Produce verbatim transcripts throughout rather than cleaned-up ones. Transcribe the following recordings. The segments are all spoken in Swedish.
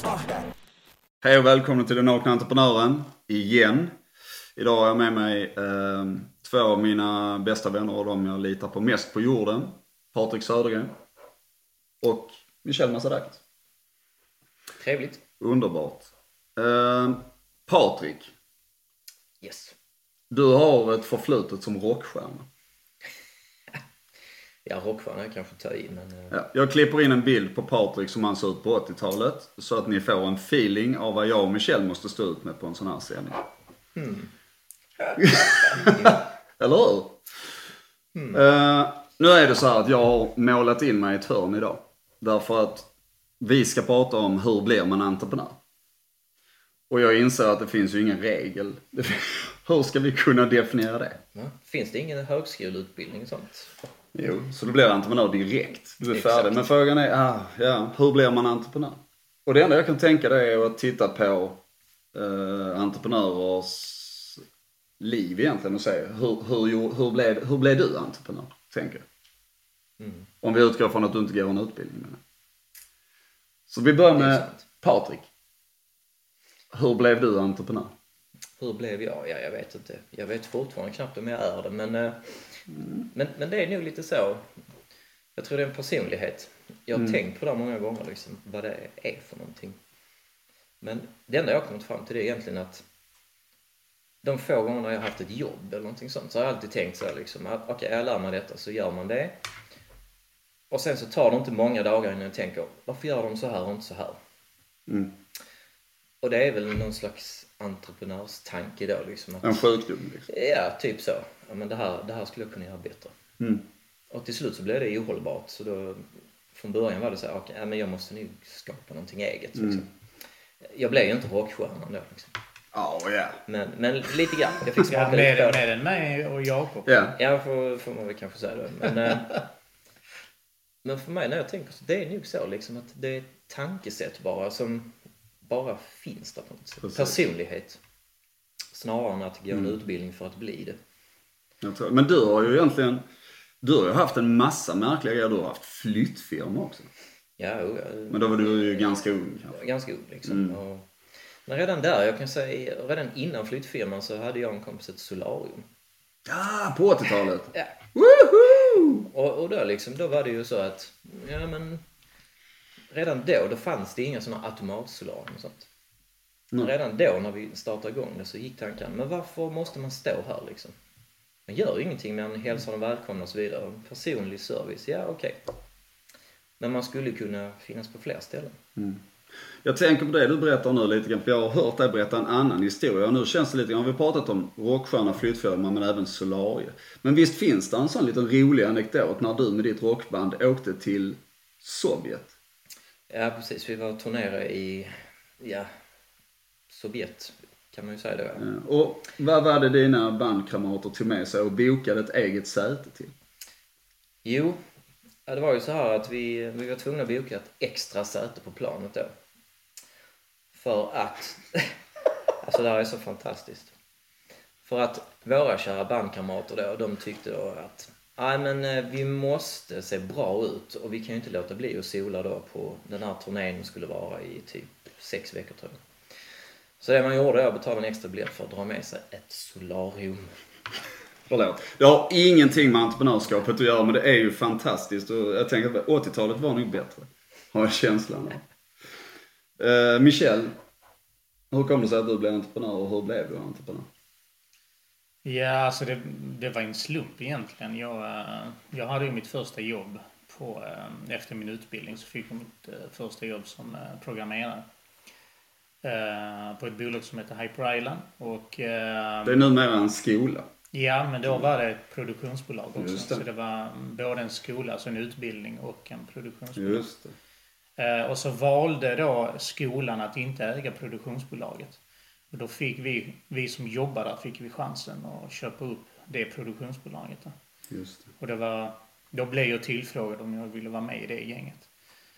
Hej och välkommen till Den Nakna Entreprenören igen. Idag har jag med mig eh, två av mina bästa vänner och de jag litar på mest på jorden. Patrik Södergren och Michel Massadakis. Trevligt. Underbart. Eh, Patrik. Yes. Du har ett förflutet som rockstjärna. Ja, rockstjärna kanske ta i, men... Uh... Ja, jag klipper in en bild på Patrik som han såg ut på åttiotalet. Så att ni får en feeling av vad jag och Michel måste stå ut med på en sån här sändning. Mm. Eller hur? Mm. Uh, nu är det så här att jag har målat in mig i ett hörn idag. Därför att vi ska prata om hur blir man entreprenör. Och jag inser att det finns ju ingen regel. Hur ska vi kunna definiera det? Ja. Finns det ingen högskoleutbildning och sånt? Jo, så då blir entreprenör direkt. Du är Exakt. färdig. Men frågan är, ah, ja, hur blir man entreprenör? Och det enda jag kan tänka det är att titta på eh, entreprenörers liv egentligen och säga hur, hur, hur, blev, hur blev du entreprenör, tänker jag. Mm. Om vi utgår från att du inte går en utbildning. Men. Så vi börjar med Patrik. Hur blev du entreprenör? Hur blev jag? Ja, jag vet inte. Jag vet fortfarande knappt om jag är det, men, mm. men, men det är nog lite så. Jag tror det är en personlighet. Jag har mm. tänkt på det många gånger, liksom, vad det är för någonting. Men det enda jag har kommit fram till det är egentligen att de få gånger jag har haft ett jobb eller någonting sånt, så har jag alltid tänkt så här, liksom, att okej, okay, jag lär mig detta, så gör man det. Och sen så tar det inte många dagar innan jag tänker, varför gör de så här och inte så här? Mm. Och det är väl någon slags entreprenörstanke då, liksom. Att, en sjukdom, liksom. Ja, typ så. Ja, men det här, det här skulle jag kunna göra bättre. Mm. Och till slut så blev det ohållbart. Så då, från början var det så här, okej, okay, men jag måste nog skapa någonting eget. Liksom. Mm. Jag blev ju inte rockstjärnan då, liksom. Ja, oh, yeah. Men, men lite grann. Jag fick ja, med, med den med och Jakob. Yeah. Ja, får, får man väl kanske säga det. Men, äh, men för mig när jag tänker så, det är nog så liksom att det är ett tankesätt bara som bara finns där på något sätt. Precis. Personlighet. Snarare än att gå en mm. utbildning för att bli det. Jag tror, men du har ju egentligen, du har ju haft en massa märkliga grejer. Du har haft flyttfirma också. Ja, ja. Men då var du ju ganska ung. Kanske. Ganska ung liksom. Mm. Och, men redan där, jag kan säga, redan innan flyttfirman så hade jag en kompis ett solarium. Ja, på åttiotalet. Ja. Woohoo! Och, och då liksom, då var det ju så att, ja men, redan då, då fanns det inga sådana automatsolarium och sånt. Men redan då när vi startade igång det så gick tanken, men varför måste man stå här liksom? Man gör ju ingenting, men hälsar dem välkomna och så vidare. Personlig service, ja okej. Okay. Men man skulle kunna finnas på fler ställen. Mm. Jag tänker på det du berättar nu lite grann, för jag har hört dig berätta en annan historia. Och nu känns det lite grann, vi har pratat om rockstjärna, flyttfirma, men även solarie. Men visst finns det en sån liten rolig anekdot när du med ditt rockband åkte till Sovjet? Ja, precis. Vi var och turnerade i, ja, Sovjet kan man ju säga det. Ja. Och vad var det dina bandkamrater tog med sig och bokade ett eget säte till? Jo, det var ju så här att vi, vi var tvungna att boka ett extra säte på planet då. För att, alltså det här är så fantastiskt. För att våra kära bandkamrater då, de tyckte då att nej men vi måste se bra ut och vi kan ju inte låta bli att sola då på den här turnén skulle vara i typ sex veckor tror jag. Så det man gjorde var att betala en extra biljett för att dra med sig ett solarium. Förlåt. Det har ingenting med entreprenörskapet att göra, men det är ju fantastiskt. Och jag tänker att åttiotalet var nog bättre. Har jag känslan av. Uh, Michel, hur kom det sig att du blev entreprenör och hur blev du entreprenör? Ja, alltså det, det var en slump egentligen. Jag, jag hade ju mitt första jobb på, efter min utbildning så fick jag mitt första jobb som programmerare. På ett bolag som heter Hyper Island. Och, det är numera en skola. Ja, men då var det ett produktionsbolag också. Det. Så det var både en skola, alltså en utbildning och en produktionsbolag. Just det. Och så valde då skolan att inte äga produktionsbolaget. Och då fick vi, vi som jobbade där, fick vi chansen att köpa upp det produktionsbolaget. Då. Just det. Och det var, då blev jag tillfrågad om jag ville vara med i det gänget.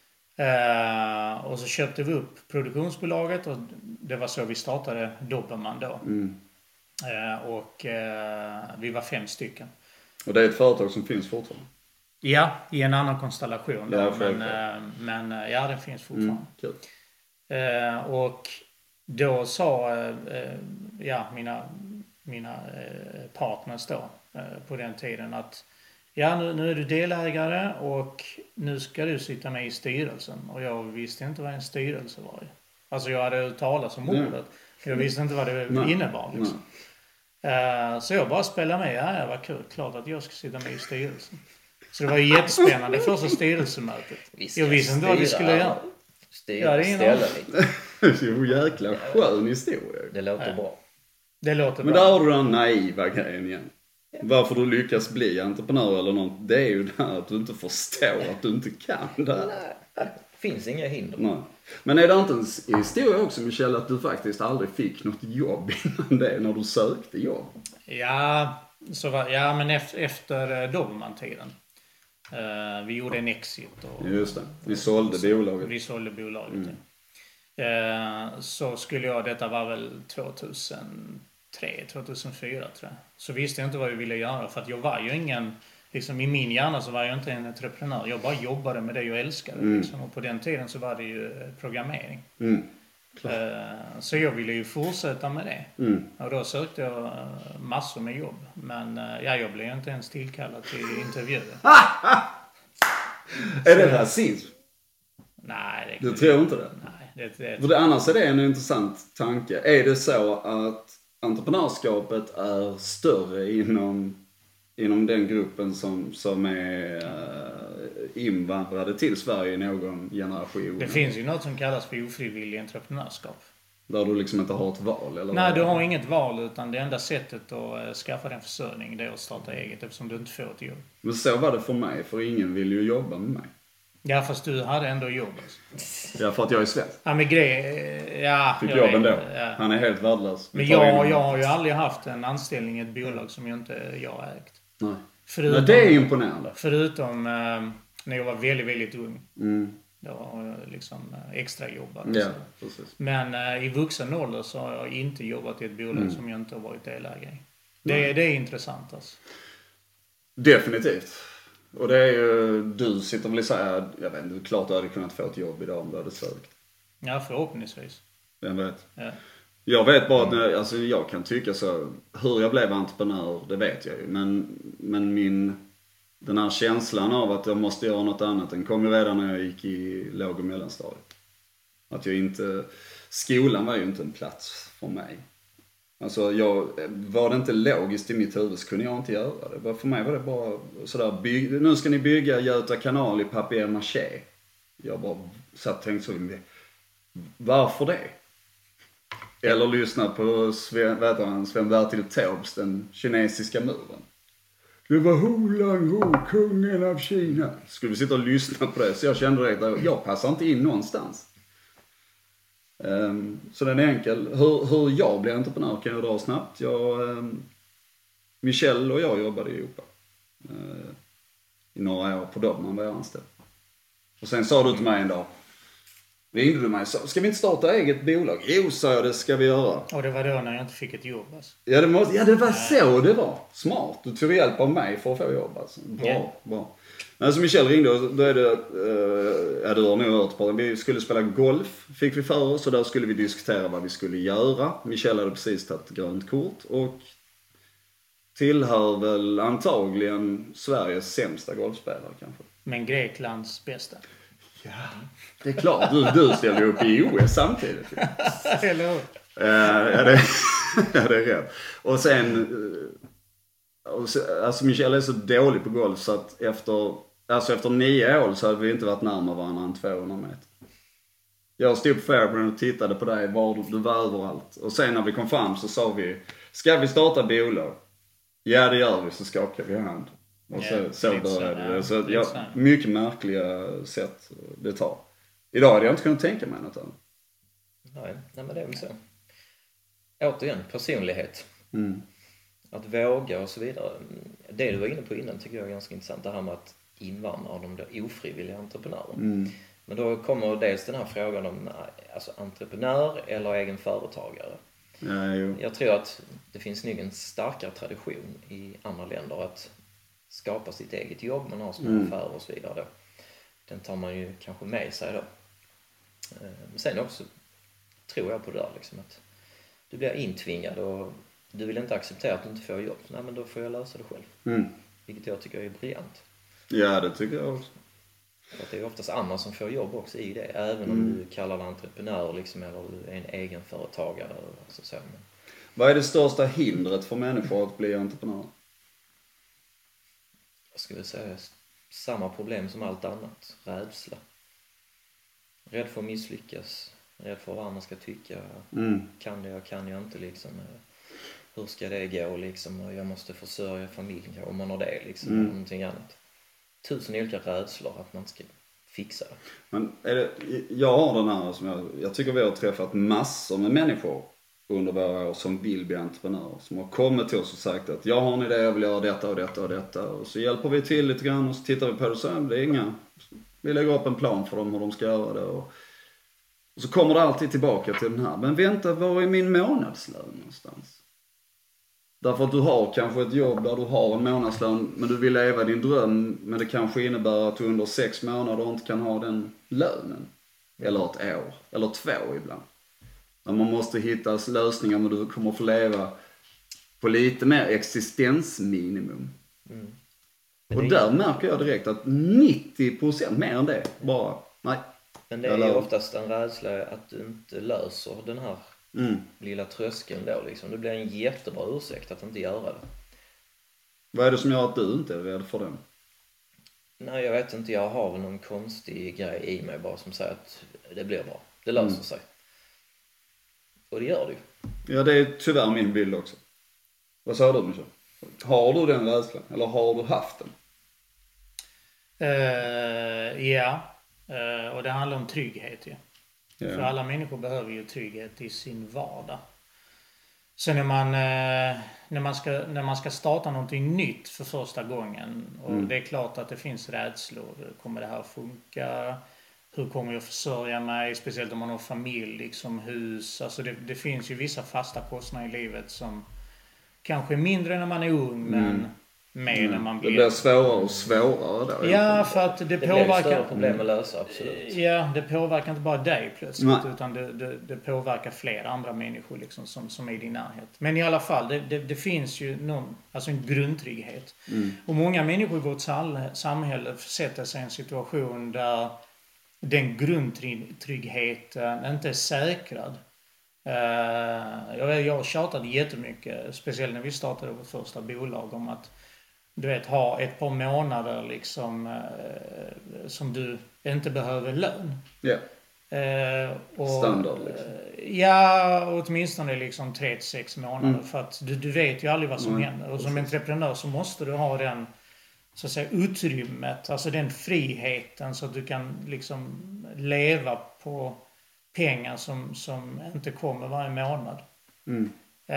Uh, och så köpte vi upp produktionsbolaget och det var så vi startade Dobermann då. Mm. Uh, och uh, vi var fem stycken. Och det är ett företag som finns fortfarande? Ja, i en annan konstellation. Då, ja, men, uh, men uh, ja, det finns fortfarande. Mm, cool. Eh, och då sa eh, ja, mina, mina eh, partners då eh, på den tiden att ja, nu, nu är du delägare och nu ska du sitta med i styrelsen. Och jag visste inte vad en styrelse var. Alltså jag hade talat om ordet. Jag visste inte vad det Nej. innebar. Liksom. Uh, så jag bara spelade med. Ja, det var kul. Klart att jag ska sitta med i styrelsen. Så det var ju jättespännande första styrelsemötet. Jag visste inte vad vi skulle göra. Styra, ja, ställa lite. Jo, jäkla skön historia. Det låter ja. bra. Det låter Men bra. där har du den naiva grejen igen. Varför du lyckas bli entreprenör eller något, det är ju där att du inte förstår att du inte kan det. Nej, det finns inga hinder. Nej. Men är det inte en historia också, Michel, att du faktiskt aldrig fick något jobb innan det, när du sökte jobb? Ja, så var, ja men efter, efter Dobermann-tiden. Uh, vi gjorde en exit. Och, Just det, vi sålde så, bolaget. Vi sålde bolaget, mm. uh, Så skulle jag, detta var väl tjugohundratre, tjugohundrafyra tror jag. Så visste jag inte vad jag ville göra, för att jag var ju ingen, liksom i min hjärna så var jag inte en entreprenör. Jag bara jobbade med det jag älskade. Mm. Liksom. Och på den tiden så var det ju programmering. Mm. Uh, så jag ville ju fortsätta med det. Mm. Och då sökte jag uh, massor med jobb. Men uh, ja, jag blev inte ens tillkallad till intervjuer. Är det rasism? Nej, det du tror inte det? Nej, det, det, För det, annars är det en intressant tanke. Är det så att entreprenörskapet är större inom, inom den gruppen som, som är uh, invandrade till Sverige i någon generation? Det finns ju något som kallas för ofrivillig entreprenörskap. Där du liksom inte har ett val? Eller Nej, du har inget val, utan det enda sättet att uh, skaffa den försörjning det är att starta eget, eftersom du inte får ett jobb. Men så var det för mig, för ingen vill ju jobba med mig. Ja, fast du hade ändå jobb. Alltså. Ja, för att jag är svensk. Ja, men grej... Ja, fick jag jobb ändå. Ja. Han är helt värdelös. Men jag, jag har ju aldrig haft en anställning i ett bolag som jag inte jag har ägt. Nej. Förutom, Nej, det är imponerande. Förutom eh, när jag var väldigt, väldigt ung. Mm. Då var jag liksom extra jobbat. Ja, precis. Men eh, i vuxen ålder så har jag inte jobbat i ett bolag mm. som jag inte har varit delägare i. Det, det är intressant alltså. Definitivt. Och det är ju, du sitter väl i så här, jag vet inte, klart du hade kunnat få ett jobb idag om du hade sökt. Ja, förhoppningsvis. Vem vet. Ja. Jag vet bara att, mm. alltså jag kan tycka så, hur jag blev entreprenör, det vet jag ju. Men, men min, den här känslan av att jag måste göra något annat, den kom ju redan när jag gick i låg- och mellanstadiet. Att jag inte, skolan var ju inte en plats för mig. Alltså jag, var det inte logiskt i mitt huvud så kunde jag inte göra det. För mig var det bara sådär, bygg, nu ska ni bygga Göta kanal i papier-maché. Jag bara satt och tänkte så, varför det? Eller lyssna på Sven, vet han, Sven-Bertil Taubes, den kinesiska muren. Det var Hu Lang Hu, kungen av Kina. Skulle vi sitta och lyssna på det, så jag kände direkt att jag passar inte in någonstans. Um, så den är enkel. Hur, hur jag blev entreprenör kan jag dra snabbt. Jag, um, Michel och jag jobbade ihop uh, i några år på Dobermann var jag anställd. Och sen sa du till mig en dag, ringde du mig och sa, ska vi inte starta eget bolag? Jo, sa jag, det ska vi göra. Och det var då när jag inte fick ett jobb alltså. Ja, det, måste, ja, det var så det var. Smart. Du tog hjälp av mig för att få jobb alltså. Bra, yeah. bra. Alltså Michel ringde, då är det, uh, ja du har nog hört på det. Vi skulle spela golf, fick vi för oss, och där skulle vi diskutera vad vi skulle göra. Michel hade precis tagit grönt kort och tillhör väl antagligen Sveriges sämsta golfspelare kanske. Men Greklands bästa. Ja, det är klart. Du, du ställde upp i O S samtidigt. Eller hur? Uh, ja, det, ja, det är rätt. Och sen, och så, alltså Michel är så dålig på golf så att efter, alltså efter nio år så hade vi inte varit närmare varandra än tvåhundra meter. Jag stod på Fairburn och tittade på dig, var du var överallt. Och sen när vi kom fram så sa vi, ska vi starta bolag? Ja, det gör vi, så skakar vi hand. Och så, yeah, så började det. Så ja, mycket märkliga sätt det tar. Idag hade jag inte kunnat tänka mig något annat. Nej, nej men det är väl så. Återigen, personlighet. Mm. Att våga och så vidare. Det du var inne på innan tycker jag är ganska intressant. Det här med att invandrare, de blir ofrivilliga entreprenörer. Mm. Men då kommer dels den här frågan om alltså entreprenör eller egen företagare. Ja, jo. Jag tror att det finns nog en starkare tradition i andra länder att skapa sitt eget jobb, man har små mm. affärer och så vidare då. Den tar man ju kanske med sig då. Men sen också tror jag på det där liksom, att du blir intvingad och du vill inte acceptera att du inte får jobb. Nej, men då får jag lösa det själv. Mm. Vilket jag tycker är briljant. Ja, det tycker jag också. För att det är oftast andra som får jobb också i det. Även Mm. om du kallar dig entreprenör liksom, eller du är en egenföretagare. Alltså så. Men Vad är det största hindret för människor att bli entreprenör? jag skulle säga samma problem som allt annat. Rädsla. Rädd för att misslyckas. Rädd för vad andra ska tycka. Mm. Kan det, jag kan jag inte liksom. Hur ska det gå liksom? Och jag måste försörja familjen om man har det liksom. Mm. Eller någonting annat. Tusen olika rädslor att man ska fixa det. Men är det, jag har den här som jag, jag tycker vi har träffat massor med människor under våra år som vill bli entreprenörer. Som har kommit till oss och sagt att jag har en idé, jag vill göra detta och detta och detta. Och så hjälper vi till lite grann och så tittar vi på det och säger det är inga. Vi lägger upp en plan för dem hur de ska göra det. Och, och så kommer det alltid tillbaka till den här. Men vänta, var är min månadslön någonstans? Därför att du har kanske ett jobb där du har en månadslön men du vill leva din dröm men det kanske innebär att du under sex månader inte kan ha den lönen. Eller ett år, eller två ibland. Där man måste hitta lösningar men du kommer få leva på lite mer existensminimum. Mm. Och där märker jag direkt att nittio procent mer än det, bara nej. Men det är ju oftast en rädsla att du inte löser den här mm. lilla tröskeln då liksom. Det blir en jättebra ursäkt att inte göra det. Vad är det som gör att du inte är rädd för den? Nej, jag vet inte. Jag har någon konstig grej i mig bara som säger att det blir bra. Det löser mm. sig. Och det gör det ju. Ja, det är tyvärr min bild också. Vad sa du, Michel? Har du den rädslan? Eller har du haft den? Uh, ja. Uh, och det handlar om trygghet ju. Ja. För Ja. alla människor behöver ju trygghet i sin vardag. Så när man, uh, när man, ska, när man ska starta någonting nytt för första gången. Och mm. det är klart att det finns rädslor. Kommer det här funka? Hur kommer jag försörja mig? Speciellt om man har familj, liksom hus. Alltså det, det finns ju vissa fasta kostnader i livet som kanske är mindre när man är ung, men mm. mer mm. när man blir... Det blir svårare och svårare då. Ja, för att det, det påverkar... Det blir större problem att lösa, absolut. Ja, det påverkar inte bara dig plötsligt, Nej. utan det, det, det påverkar flera andra människor liksom, som, som är i din närhet. Men i alla fall, det, det, det finns ju någon, alltså en grundtrygghet. Mm. Och många människor i vårt samhälle sätter sig i en situation där den grundtryggheten inte är säkrad. Uh, jag, jag tjatade jättemycket, speciellt när vi startade vårt första bolag, om att du vet, ha ett par månader liksom uh, som du inte behöver lön. Ja. Yeah. Uh, och, Standard liksom. Uh, ja, åtminstone liksom tre till sex månader. Mm. För att du, du vet ju aldrig vad som mm. händer. Och som Precis. entreprenör så måste du ha den, så att säga, utrymmet, alltså den friheten så att du kan liksom leva på pengar som, som inte kommer varje månad. Mm.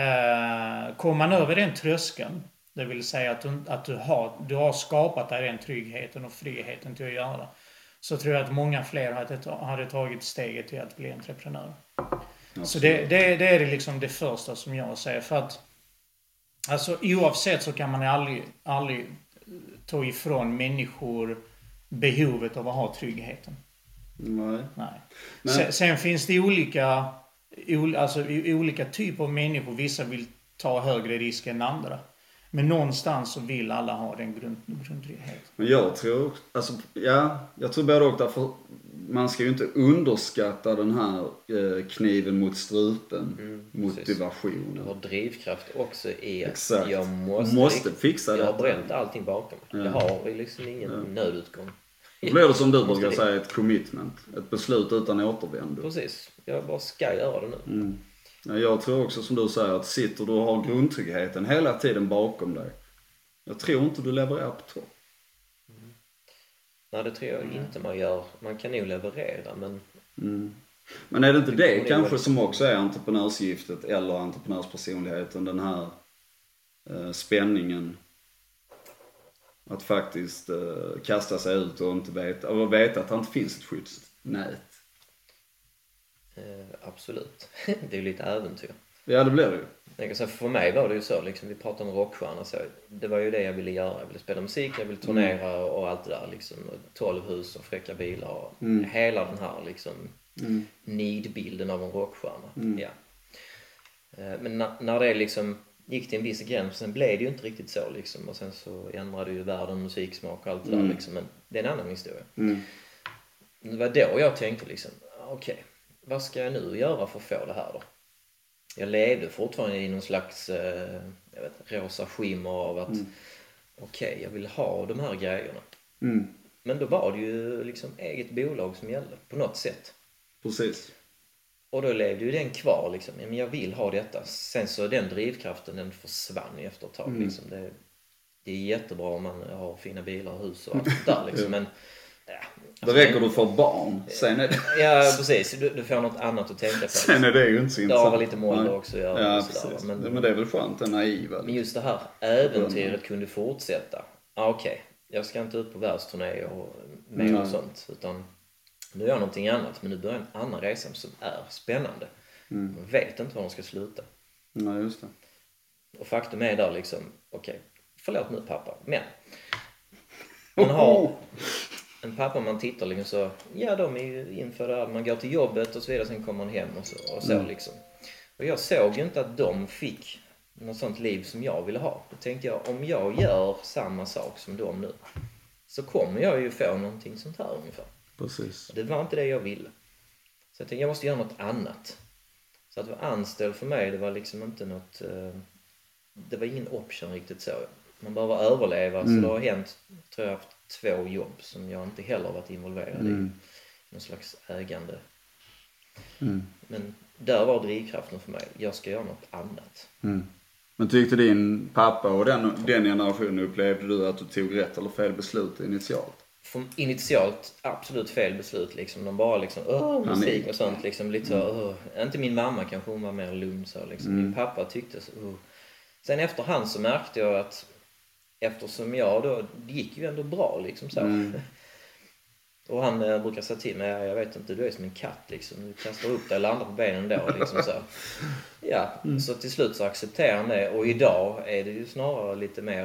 Eh, kommer man över den tröskeln, det vill säga att, du, att du, har, du har skapat dig den tryggheten och friheten till att göra det, så tror jag att många fler hade, hade tagit steget till att bli entreprenör. Absolut. Så det, det, det är det liksom det första som jag säger. För att alltså, oavsett så kan man aldrig, aldrig ta ifrån människor behovet av att ha tryggheten. Nej. Nej. Men... Sen, sen finns det olika, alltså, olika typer av människor. Vissa vill ta högre risk än andra. Men någonstans så vill alla ha den grund, grundtrygghet. Men jag tror, alltså, ja, jag tror både och därför man ska ju inte underskatta den här eh, kniven mot strupen, mm, motivationen. Du har drivkraft också i att Exakt. jag måste, måste fixa det. Jag har bränt allting bakom. Ja. Det har vi liksom ingen ja. nödutgång. Då blir det som du brukar säga, ett commitment. Ett beslut utan återvändo. Precis. Jag bara ska göra det nu. Mm. Ja, jag tror också som du säger att sitter du och har grundtryggheten hela tiden bakom dig. Jag tror inte du levererar på topp. Mm. Nej, det tror jag mm. inte man gör. Man kan nog leverera, men... Mm. Men är det inte det, det kanske som också är entreprenörsgiftet eller entreprenörspersonligheten, den här eh, spänningen? Att faktiskt eh, kasta sig ut och inte veta, och veta att det inte finns ett skyddsnät. Eh, absolut. Det är ju lite äventyr. Ja, det blir det ju. Jag kan säga, för mig var det ju så, liksom, vi pratade om rockstjärna, så det var ju det jag ville göra. Jag ville spela musik, jag ville turnera mm. och allt det där. Liksom, tolv hus och fräcka bilar och mm. hela den här liksom, mm. nidbilden av en rockstjärna. Mm. Ja. Men när, när det liksom gick till en viss gräns, sen blev det ju inte riktigt så liksom. Och sen så ändrade ju världen musiksmak och allt det mm. där liksom. Men det är en annan historia. Mm. Det var då jag tänkte liksom, okej, okay, vad ska jag nu göra för att få det här då? Jag levde fortfarande i någon slags eh, jag vet, rosa skimmer av att mm. okej, okay, jag vill ha de här grejerna. Mm. Men då var det ju liksom eget bolag som gällde på något sätt. Precis. Och då levde ju den kvar liksom. Men jag vill ha detta. Sen så den drivkraften, den försvann ju efter ett tag mm. liksom. Det, det är jättebra om man har fina bilar och hus och allt där liksom. Men ja, alltså, det räcker du för barn. Sen är det... Ja, precis. Du, du får något annat att tänka på. Sen är det ju inte så intressant. Det har lite mål också att göra. Ja, precis. Men, men det är väl skönt, det är naiva. Men just det här äventyret kunde fortsätta. Ah, okej, okay. Jag ska inte ut på världsturné och med mm. och sånt. Utan nu gör jag någonting annat. Men nu börjar en annan resa som är spännande. Mm. Man vet inte var de ska sluta. Nej, ja, just det. Och faktum är där liksom, okej, okay, förlåt nu pappa. Men man har... En pappa man tittar liksom så, ja de är ju inför det här, man går till jobbet och så vidare, sen kommer man hem och så, och så mm. liksom. Och jag såg ju inte att de fick något sånt liv som jag ville ha. Då tänkte jag, om jag gör samma sak som de nu, så kommer jag ju få någonting sånt här ungefär. Precis. Och det var inte det jag ville. Så jag tänkte, jag måste göra något annat. Så att vara anställd för mig, det var liksom inte något, det var ingen option riktigt så. Man behöver överleva, mm. så det har hänt, tror jag, haft två jobb som jag inte heller varit involverad mm. i. Någon slags ägande. Mm. Men där var drivkraften för mig. Jag ska göra något annat. Mm. Men tyckte din pappa och den, den generationen, upplevde du att du tog rätt eller fel beslut initialt? För initialt absolut fel beslut. Liksom. De bara liksom, åh, musik och sånt. Liksom, lite så, åh. Inte min mamma kanske, hon var mer lugn så. Liksom. Mm. Min pappa tyckte så, åh. Sen efterhand så märkte jag att eftersom jag då, det gick ju ändå bra liksom så. Mm. Och han äh, brukar säga till mig, jag vet inte, du är som en katt liksom. Du kastar upp dig och landar på benen då liksom så. Ja, mm. Så till slut så accepterar han det. Och idag är det ju snarare lite mer,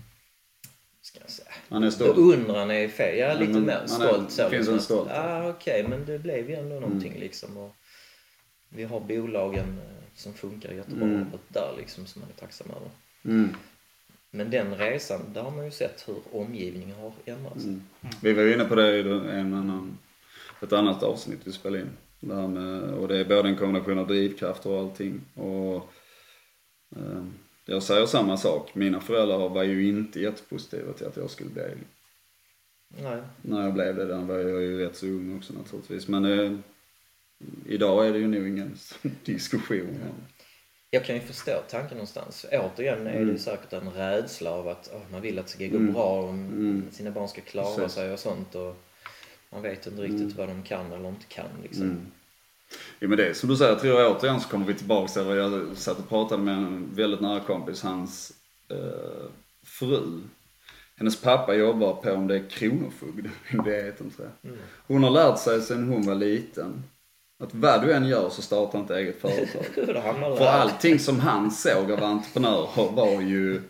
ska jag säga, han är stolt. Beundran är fel, ja, lite men, mer stolt är, så. Finns liksom. en stolt. Ja, okej, okay, men det blev ju ändå någonting mm. liksom. Och vi har bolagen som funkar jättebra mm. där liksom, som man är tacksam över. Mm. Men den resan, där har man ju sett hur omgivningen har ändrats. Mm. Mm. Vi var inne på det i en annan, ett annat avsnitt vi spelade in. Det här med, och det är både en kombination av drivkraft och allting. Och, eh, jag säger samma sak. Mina föräldrar var ju inte jättepositiva till att jag skulle bli egen. Nej. När jag blev det, där var jag ju rätt så ung också naturligtvis. Men eh, idag är det ju nog ingen diskussion. Ja. Jag kan ju förstå tanken någonstans. Återigen är det mm. säkert en rädsla av att oh, man vill att det ska gå mm. bra, om mm. sina barn ska klara Precis. sig och sånt. Och man vet inte riktigt mm. vad de kan eller inte kan. Liksom. Mm. Ja, men det som du säger, jag tror jag återigen så kommer vi tillbaka till. Jag satt och pratade med en väldigt nära kompis, hans eh, fru. Hennes pappa jobbar på, om det är kronofogdemyndigheten tror jag. Mm. Hon har lärt sig sedan hon var liten att vad du än gör så startar inte eget företag. För allting som han såg av entreprenörer var ju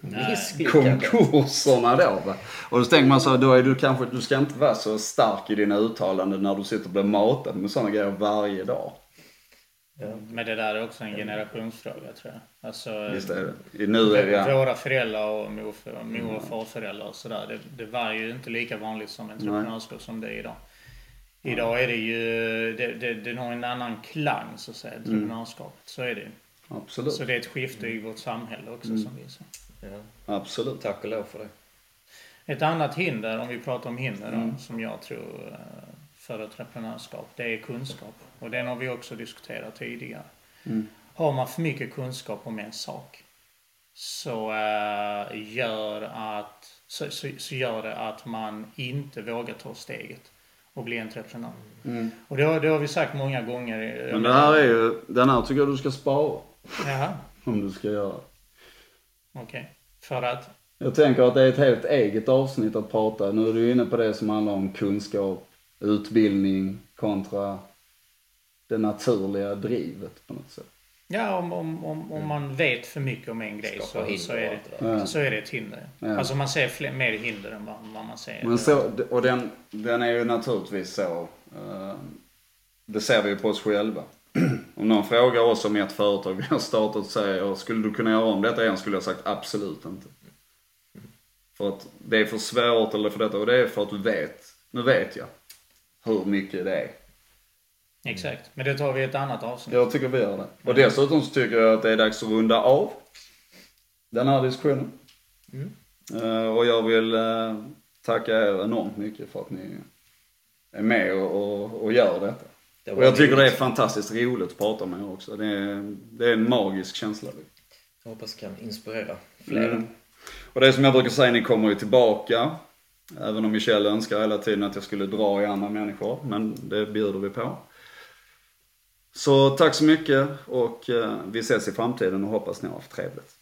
konkurserna då. Va? Och då tänker man så, då är du kanske, du ska inte vara så stark i dina uttalanden när du sitter och blir matad med sådana grejer varje dag. Ja. Men det där är också en generationsfråga tror jag. Alltså, Visst är det. Nu är det ja. Våra föräldrar och mor, mor och farföräldrar och sådär. Det, det var ju inte lika vanligt som entreprenörskap som det är idag. Idag är det ju, det, det, det har en annan klang så att säga, entreprenörskapet. Mm. Så är det. Absolut. Så det är ett skifte i vårt samhälle också mm. som vi ser. Ja. Absolut. Tack och lov för det. Ett annat hinder, om vi pratar om hinder mm. då, som jag tror för entreprenörskap, det är kunskap. Och den har vi också diskuterat tidigare. Mm. Har man för mycket kunskap om en sak så, äh, gör, att, så, så, så gör det att man inte vågar ta steget och bli entreprenör. Mm. Och det har, det har vi sagt många gånger. Men det här är ju, den här tycker jag du ska spara. Jaha. Om du ska göra. Okej. Okay. För att? Jag tänker att det är ett helt eget avsnitt att prata. Nu är du inne på det som handlar om kunskap, utbildning kontra det naturliga drivet på något sätt. Ja, om, om, om, om man vet för mycket om en grej så, så, är det, ja. så är det ett hinder. Ja. Alltså man ser fler, mer hinder än vad, vad man ser. Men så, och den, den är ju naturligtvis så. Uh, det ser vi ju på oss själva. Om någon frågar oss om ett företag vi har startat och säger, skulle du kunna göra om detta igen, skulle jag sagt absolut inte. För att det är för svårt eller för detta, och det är för att du vet, nu vet jag hur mycket det är. Exakt, men det tar vi ett annat avsnitt. Jag tycker vi gör det. Och dessutom så tycker jag att det är dags att runda av den här diskussionen. Mm. Uh, och jag vill uh, tacka er enormt mycket för att ni är med och, och, och gör detta. Det och jag tycker roligt. Det är fantastiskt roligt att prata med er också. Det är, det är en magisk känsla. Jag hoppas kan inspirera fler. Mm. Och det är som jag brukar säga, ni kommer ju tillbaka. Även om Michelle önskar hela tiden att jag skulle dra i andra människor. Men det bjuder vi på. Så tack så mycket och uh, vi ses i framtiden och hoppas ni har haft trevligt.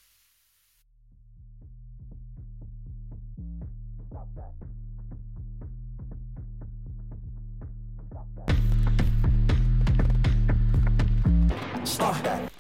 Stop that.